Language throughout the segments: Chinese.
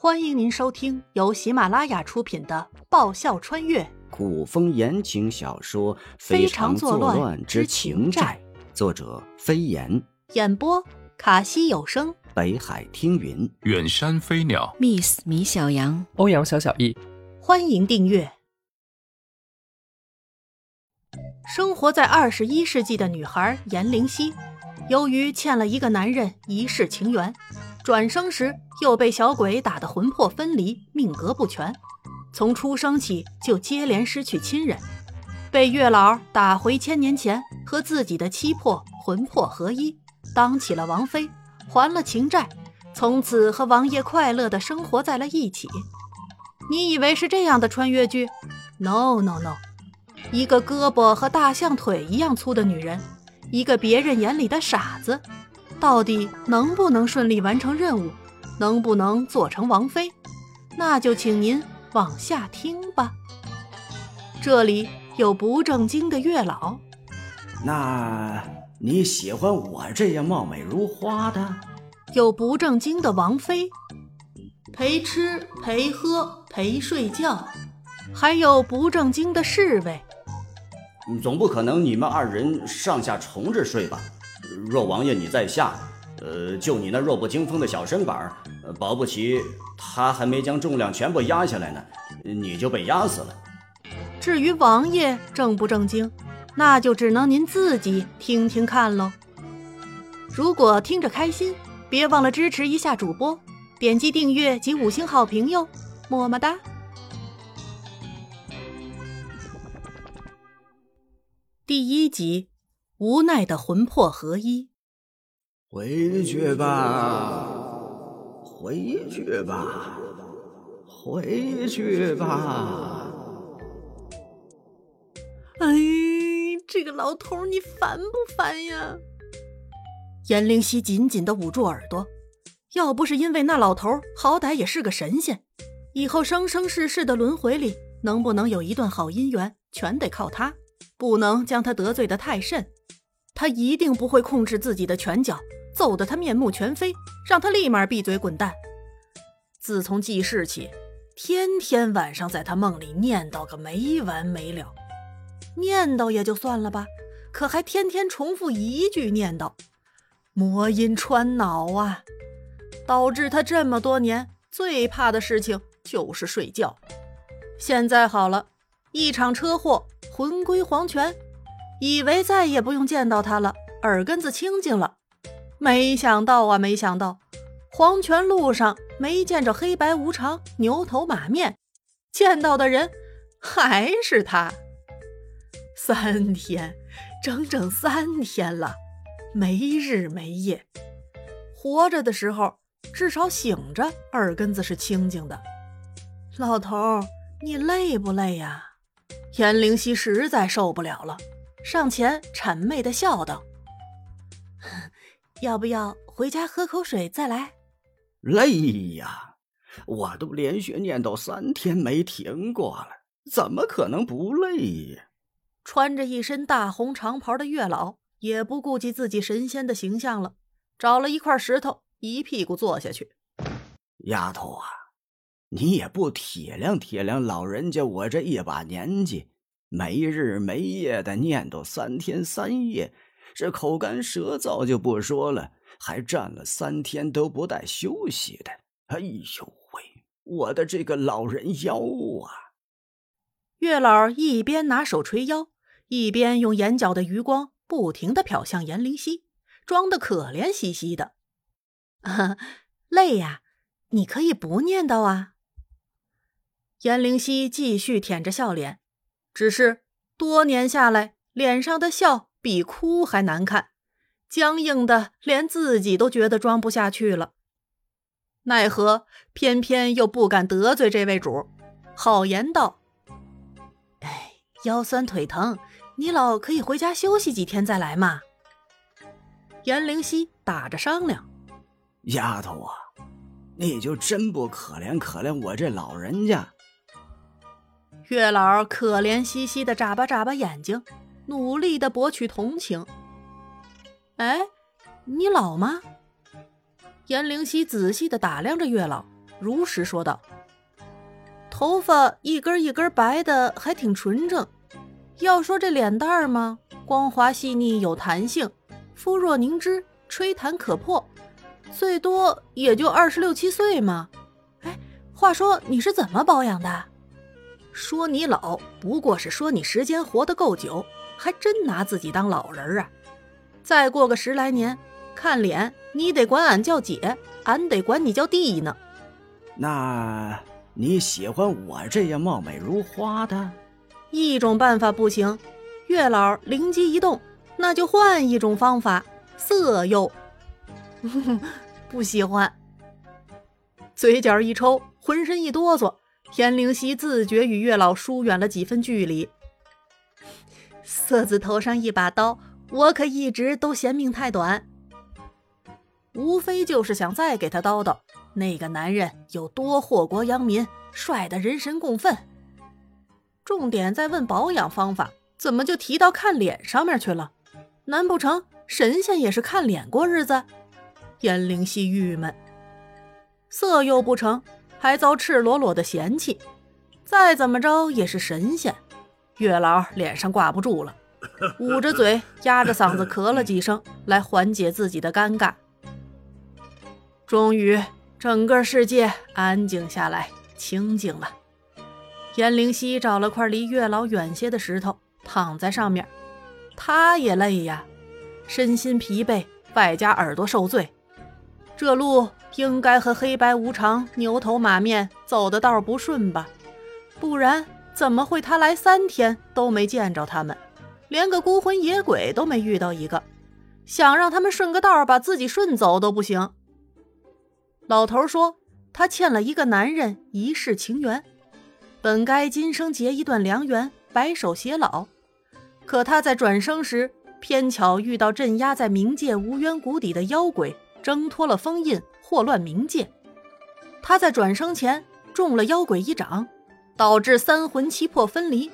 欢迎您收听由喜马拉雅出品的《爆笑穿越古风言情小说《 非常作乱之情债》，作者飞檐， 演播卡西有声， 北海听云， 远山飞鸟 Miss 米小羊， 欧阳小小易。 欢迎订阅。生活在21世纪的女孩颜灵溪，由于欠了一个男人一世情缘，转生时又被小鬼打得魂魄分离，命格不全，从出生起就接连失去亲人，被月老打回1000年前，和自己的妻魄魂魄合一，当起了王妃，还了情债，从此和王爷快乐地生活在了一起。你以为是这样的穿越剧？ No， 一个胳膊和大象腿一样粗的女人，一个别人眼里的傻子，到底能不能顺利完成任务，能不能做成王妃，那就请您往下听吧。这里有不正经的月老。 那你喜欢我这样貌美如花的？ 有不正经的王妃，陪吃陪喝陪睡觉，还有不正经的侍卫。 总不可能你们二人上下重着睡吧？若王爷你在下，就你那弱不禁风的小身板，保不齐他还没将重量全部压下来呢，你就被压死了。 至于王爷正不正经，那就只能您自己听听看咯。如果听着开心，别忘了支持一下主播，点击订阅及5星好评哟，么么哒。第1集，无奈的魂魄合一。 回去吧，回去吧，回去吧。 哎，这个老头你烦不烦呀？颜灵溪紧紧地捂住耳朵，要不是因为那老头好歹也是个神仙，以后生生世世的轮回里能不能有一段好姻缘，全得靠他，不能将他得罪得太甚。他一定不会控制自己的拳脚，揍得他面目全非，让他立马闭嘴滚蛋。自从记事起，天天晚上在他梦里念叨个没完没了，念叨也就算了吧，可还天天重复一句念叨，魔音穿脑啊，导致他这么多年最怕的事情就是睡觉。现在好了，一场车祸，魂归黄泉，以为再也不用见到他了，耳根子清净了。没想到啊，没想到黄泉路上没见着黑白无常、牛头马面，见到的人还是他。3天，整整3天了，没日没夜。活着的时候至少醒着耳根子是清净的。老头，你累不累呀？颜灵溪实在受不了了，上前谄媚地笑道：要不要回家喝口水再来？ 累呀，我都连续念叨3天没停过了，怎么可能不累呀？ 穿着一身大红长袍的月老也不顾及自己神仙的形象了，找了一块石头，一屁股坐下去。 丫头啊，你也不体谅体谅老人家我这一把年纪，没日没夜的念叨3天3夜，这口干舌燥就不说了，还站了3天都不带休息的。哎呦喂，我的这个老人腰啊！ 月老一边拿手捶腰，一边用眼角的余光不停地瞟向颜灵溪，装得可怜兮兮的。累呀，你可以不念叨啊。颜灵溪继续舔着笑脸，只是多年下来，脸上的笑比哭还难看，僵硬的连自己都觉得装不下去了。奈何偏偏又不敢得罪这位主，好言道：腰酸腿疼，你老可以回家休息几天再来嘛。颜灵溪打着商量： 丫头啊，你就真不可怜可怜我这老人家？ 月老可怜兮兮地眨巴眨巴眼睛，努力地博取同情。哎，你老吗？颜灵溪仔细地打量着月老， 如实说道：“头发一根一根白的，还挺纯正。要说这脸蛋儿嘛，光滑细腻有弹性，肤若凝脂，吹弹可破，最多也就26、7岁嘛。哎，话说你是怎么保养的？说你老，不过是说你时间活得够久，还真拿自己当老人啊。再过个10来年，看脸你得管俺叫姐，俺得管你叫弟呢。 那你喜欢我这样貌美如花的？ 一种办法不行，月老灵机一动，那就换一种方法，色诱。不喜欢。嘴角一抽，浑身一哆嗦，颜灵犀自觉与月老疏远了几分距离。色字头上一把刀，我可一直都嫌命太短。无非就是想再给他叨叨那个男人有多祸国殃民，帅得人神共愤。重点在问保养方法，怎么就提到看脸上面去了？难不成神仙也是看脸过日子？颜灵犀郁闷。色诱不成，还遭赤裸裸的嫌弃，再怎么着也是神仙。月老脸上挂不住了，捂着嘴压着嗓子咳了几声，来缓解自己的尴尬。终于整个世界安静下来，清静了。颜灵犀找了块离月老远些的石头，躺在上面。他也累呀，身心疲惫，外加耳朵受罪，这路应该和黑白无常牛头马面走的道不顺吧？不然怎么会他来3天都没见着他们，连个孤魂野鬼都没遇到一个，想让他们顺个道把自己顺走都不行。老头说他欠了一个男人一世情缘，本该今生结一段良缘，白首偕老，可他在转生时偏巧遇到镇压在冥界无渊谷底的妖鬼，挣脱了封印，祸乱冥界。他在转生前中了妖鬼一掌，导致3魂7魄分离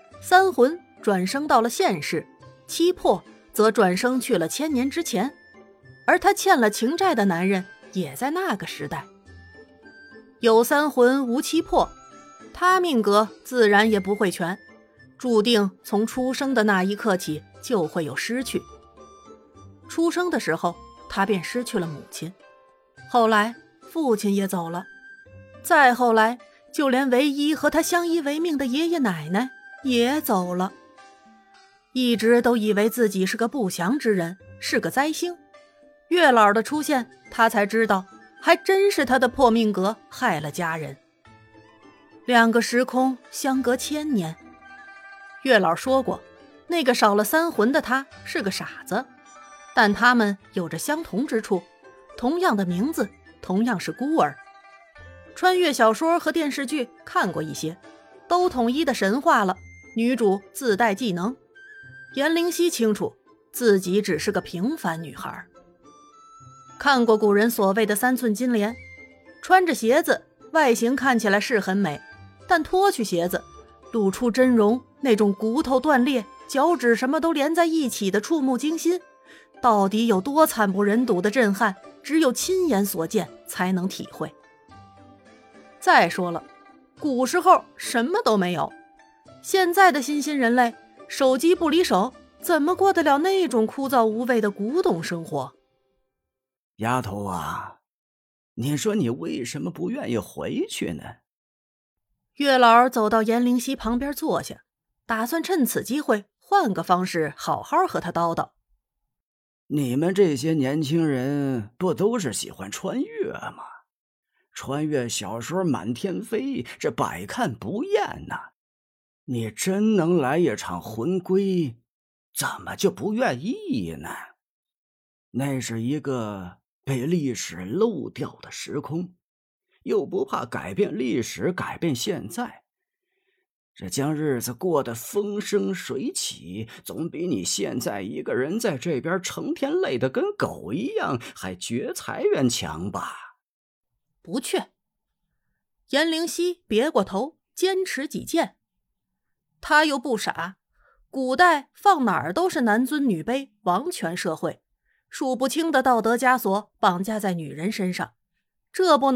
，3魂转生到了现世，7魄则转生去了1000年之前。而他欠了情债的男人也在那个时代。有3魂无7魄，他命格自然也不会全，注定从出生的那一刻起就会有失去。出生的时候他便失去了母亲，后来父亲也走了，再后来就连唯一和他相依为命的爷爷奶奶也走了。一直都以为自己是个不祥之人，是个灾星。月老的出现，他才知道还真是他的破命格害了家人。2个时空相隔1000年。月老说过，那个少了3魂的他是个傻子，但他们有着相同之处，同样的名字，同样是孤儿。穿越小说和电视剧看过一些，都统一的神化了女主自带技能。颜灵犀清楚自己只是个平凡女孩。看过古人所谓的3寸金莲，穿着鞋子外形看起来是很美，但脱去鞋子露出真容，那种骨头断裂，脚趾什么都连在一起的触目惊心，到底有多惨不忍睹的震撼，只有亲眼所见才能体会。再说了，古时候什么都没有，现在的新兴人类手机不离手，怎么过得了那种枯燥无味的古董生活？ 丫头啊，你说你为什么不愿意回去呢？ 月老走到颜灵犀旁边坐下，打算趁此机会换个方式好好和他叨叨。 你们这些年轻人不都是喜欢穿越吗？穿越小说满天飞，这百看不厌呐。你真能来一场魂归，怎么就不愿意呢？那是一个被历史漏掉的时空，又不怕改变历史，改变现在，这将日子过得风生水起，总比你现在一个人在这边成天累得跟狗一样，还绝财源强吧？ 不去。颜灵犀别过头，坚持己见。他又不傻，古代放哪儿都是男尊女卑，王权社会，数不清的道德枷锁绑架在女人身上，这不能，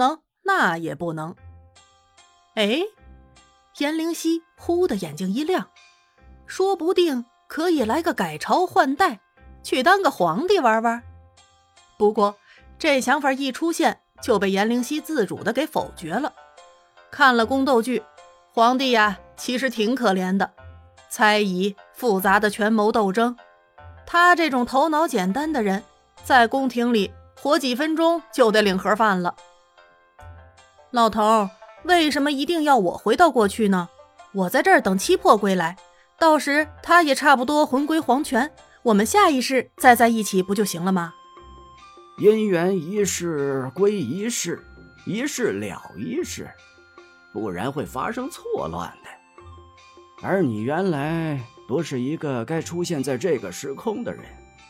那也不能。哎，颜灵犀忽的眼睛一亮，说不定可以来个改朝换代，去当个皇帝玩玩。不过这想法一出现，就被颜灵犀自主的给否决了。看了宫斗剧，皇帝呀，其实挺可怜的，猜疑复杂的权谋斗争，他这种头脑简单的人，在宫廷里活几分钟就得领盒饭了。老头，为什么一定要我回到过去呢？我在这儿等七魄归来，到时他也差不多魂归黄泉，我们下一世再在一起不就行了吗？ 姻缘一世归一世，一世了一世，不然会发生错乱的。而你原来不是一个该出现在这个时空的人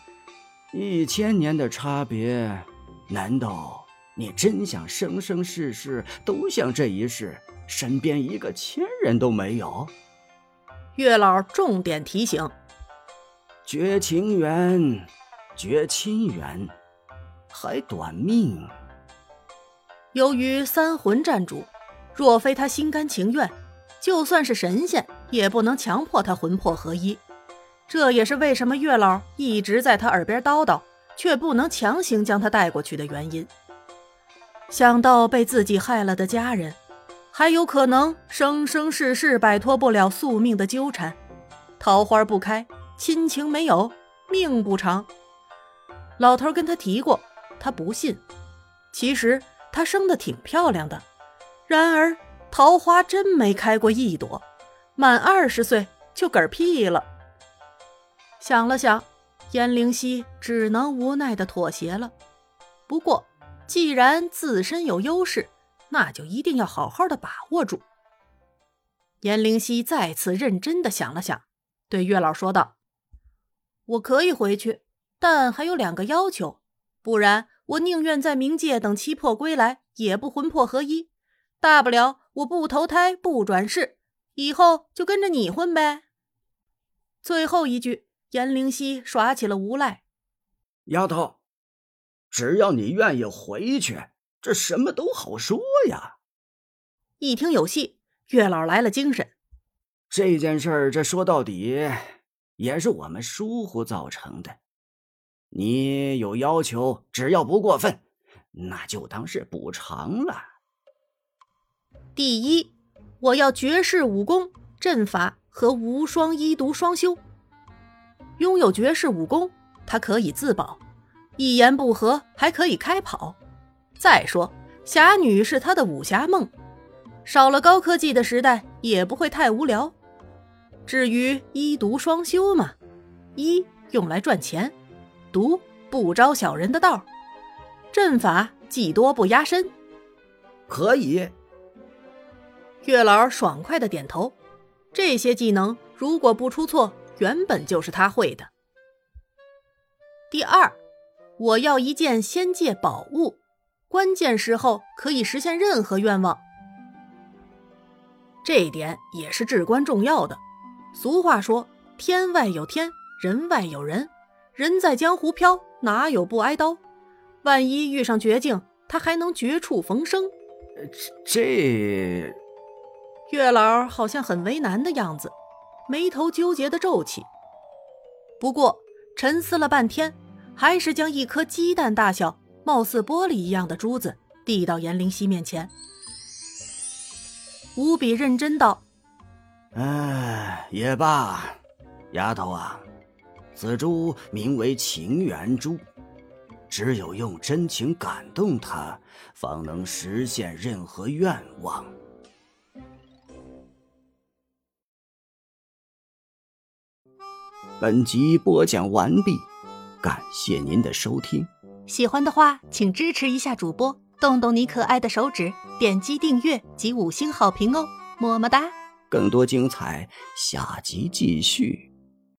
，1000年的差别，难道你真想生生世世都像这一世，身边一个亲人都没有？ 月老重点提醒： 绝情缘，绝亲缘，还短命。 由于三魂占主，若非他心甘情愿，就算是神仙也不能强迫他魂魄合一。这也是为什么月老一直在他耳边叨叨，却不能强行将他带过去的原因。想到被自己害了的家人，还有可能生生世世摆脱不了宿命的纠缠，桃花不开，亲情没有，命不长。老头跟他提过，他不信。其实她生得挺漂亮的，然而桃花真没开过一朵，满20岁就嗝屁了。想了想，颜灵犀只能无奈地妥协了。不过既然自身有优势，那就一定要好好的把握住。颜灵犀再次认真地想了想，对月老说道：我可以回去，但还有2个要求，不然我宁愿在冥界等七魄归来，也不魂魄合一。大不了我不投胎不转世，以后就跟着你混呗。最后一句，颜灵犀耍起了无赖。 丫头，只要你愿意回去，这什么都好说呀。 一听有戏，月老来了精神。 这件事儿，这说到底也是我们疏忽造成的。你有要求，只要不过分，那就当是补偿了。 第一，我要绝世武功、阵法和无双医毒双修。拥有绝世武功，他可以自保，一言不合还可以开跑。再说，侠女是他的武侠梦，少了高科技的时代也不会太无聊。至于医毒双修嘛，医用来赚钱，毒不招小人的道，阵法技多不压身。 可以。 月老爽快地点头，这些技能如果不出错，原本就是他会的。第二，我要一件仙界宝物，关键时候可以实现任何愿望。这一点也是至关重要的。俗话说，天外有天，人外有人，人在江湖飘，哪有不挨刀？万一遇上绝境，他还能绝处逢生。 这月老好像很为难的样子，眉头纠结地皱起。不过沉思了半天，还是将一颗鸡蛋大小、貌似玻璃一样的珠子递到颜灵犀面前，无比认真道： 也罢，丫头啊，此珠名为情缘珠，只有用真情感动它，方能实现任何愿望。本集播讲完毕，感谢您的收听。 喜欢的话，请支持一下主播，动动你可爱的手指，点击订阅及5星好评哦，么么哒！ 更多精彩，下集继续。